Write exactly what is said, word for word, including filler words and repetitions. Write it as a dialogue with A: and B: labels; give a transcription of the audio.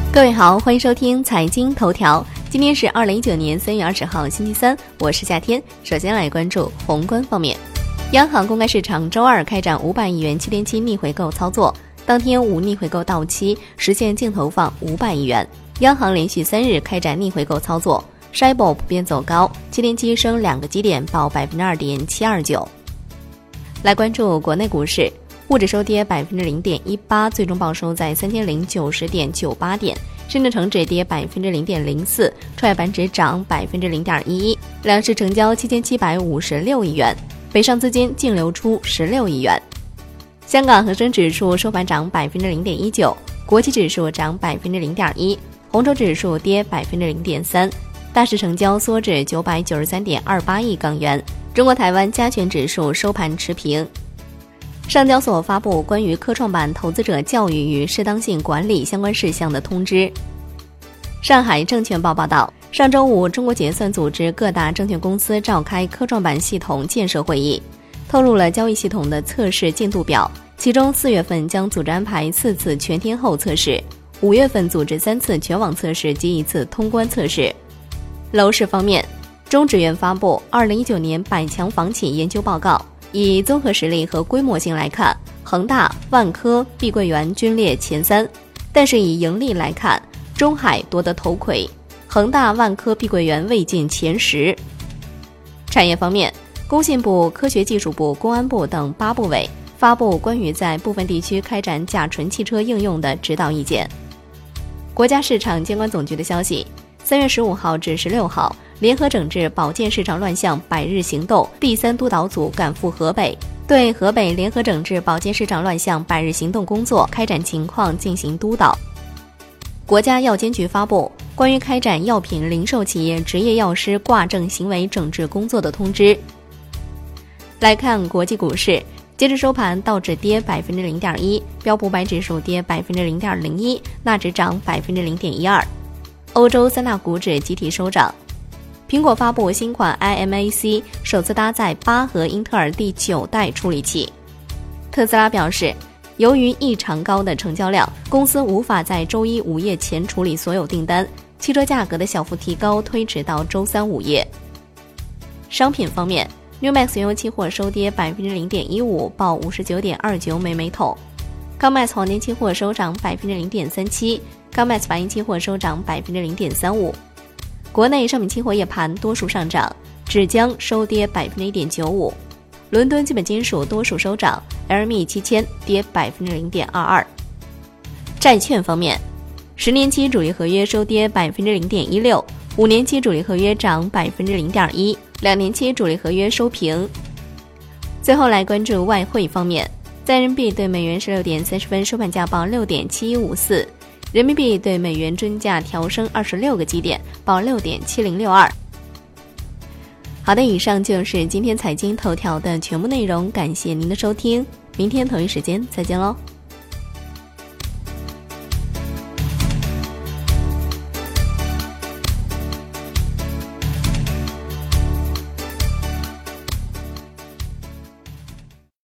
A: 各位好，欢迎收听财经头条。今天是二零一九年三月二十号星期三，我是夏天。首先来关注宏观方面，央行公开市场周二开展五百亿元七天期逆回购操作，当天无逆回购到期，实现净投放五百亿元。央行连续三日开展逆回购操作 ，S H I B O 普遍走高，七天期升两个基点，报百分之二点七二九。来关注国内股市。沪指收跌百分之零点一八，最终报收在三千零九十点九八点。深圳成指跌百分之零点零四，创业板指涨百分之零点一一。两市成交七千七百五十六亿元，北上资金净流出十六亿元。香港恒生指数收盘涨百分之零点一九，国际指数涨百分之零点一，红筹指数跌百分之零点三。大市成交缩至九百九十三点二八亿港元。中国台湾加权指数收盘持平。上交所发布关于科创板投资者教育与适当性管理相关事项的通知。上海证券报报道，上周五，中国结算组织各大证券公司召开科创板系统建设会议，透露了交易系统的测试进度表。其中，四月份将组织安排四次全天候测试，五月份组织三次全网测试及一次通关测试。楼市方面，中指院发布二零一九年百强房企研究报告。以综合实力和规模性来看，恒大、万科、碧桂园均列前三，但是以盈利来看，中海夺得头魁，恒大、万科、碧桂园未进前十。产业方面，工信部、科学技术部、公安部等八部委发布关于在部分地区开展甲醇汽车应用的指导意见。国家市场监管总局的消息，三月十五号至十六号，联合整治保健市场乱象百日行动第三督导组赶赴河北，对河北联合整治保健市场乱象百日行动工作开展情况进行督导。国家药监局发布关于开展药品零售企业执业药师挂证行为整治工作的通知。来看国际股市，截至收盘，道指跌百分之零点一，标普五百指数跌百分之零点零一，纳指涨百分之零点一二。欧洲三大股指集体收涨。苹果发布新款 i M A C， 首次搭载八核英特尔第九代处理器。特斯拉表示，由于异常高的成交量，公司无法在周一午夜前处理所有订单，汽车价格的小幅提高推迟到周三午夜。商品方面， New Max 原油期货收跌百分之零点一五，报五十九点二九美每桶。COMEX 黄金期货收涨百分之零点三七， COMEX 白银期货收涨百分之零点三五。国内商品期货夜盘多数上涨，纸浆收跌百分之一点九五，伦敦基本金属多数收涨 ，L M E 七千跌百分之零点二二。债券方面，十年期主力合约收跌百分之零点一六，五年期主力合约涨百分之零点一，两年期主力合约收平。最后来关注外汇方面，在人民币对美元十六点三十分收盘价报六点七一五四。人民币对美元均价调升二十六个基点，报六点七零六二。好的，以上就是今天财经头条的全部内容，感谢您的收听，明天同一时间再见喽。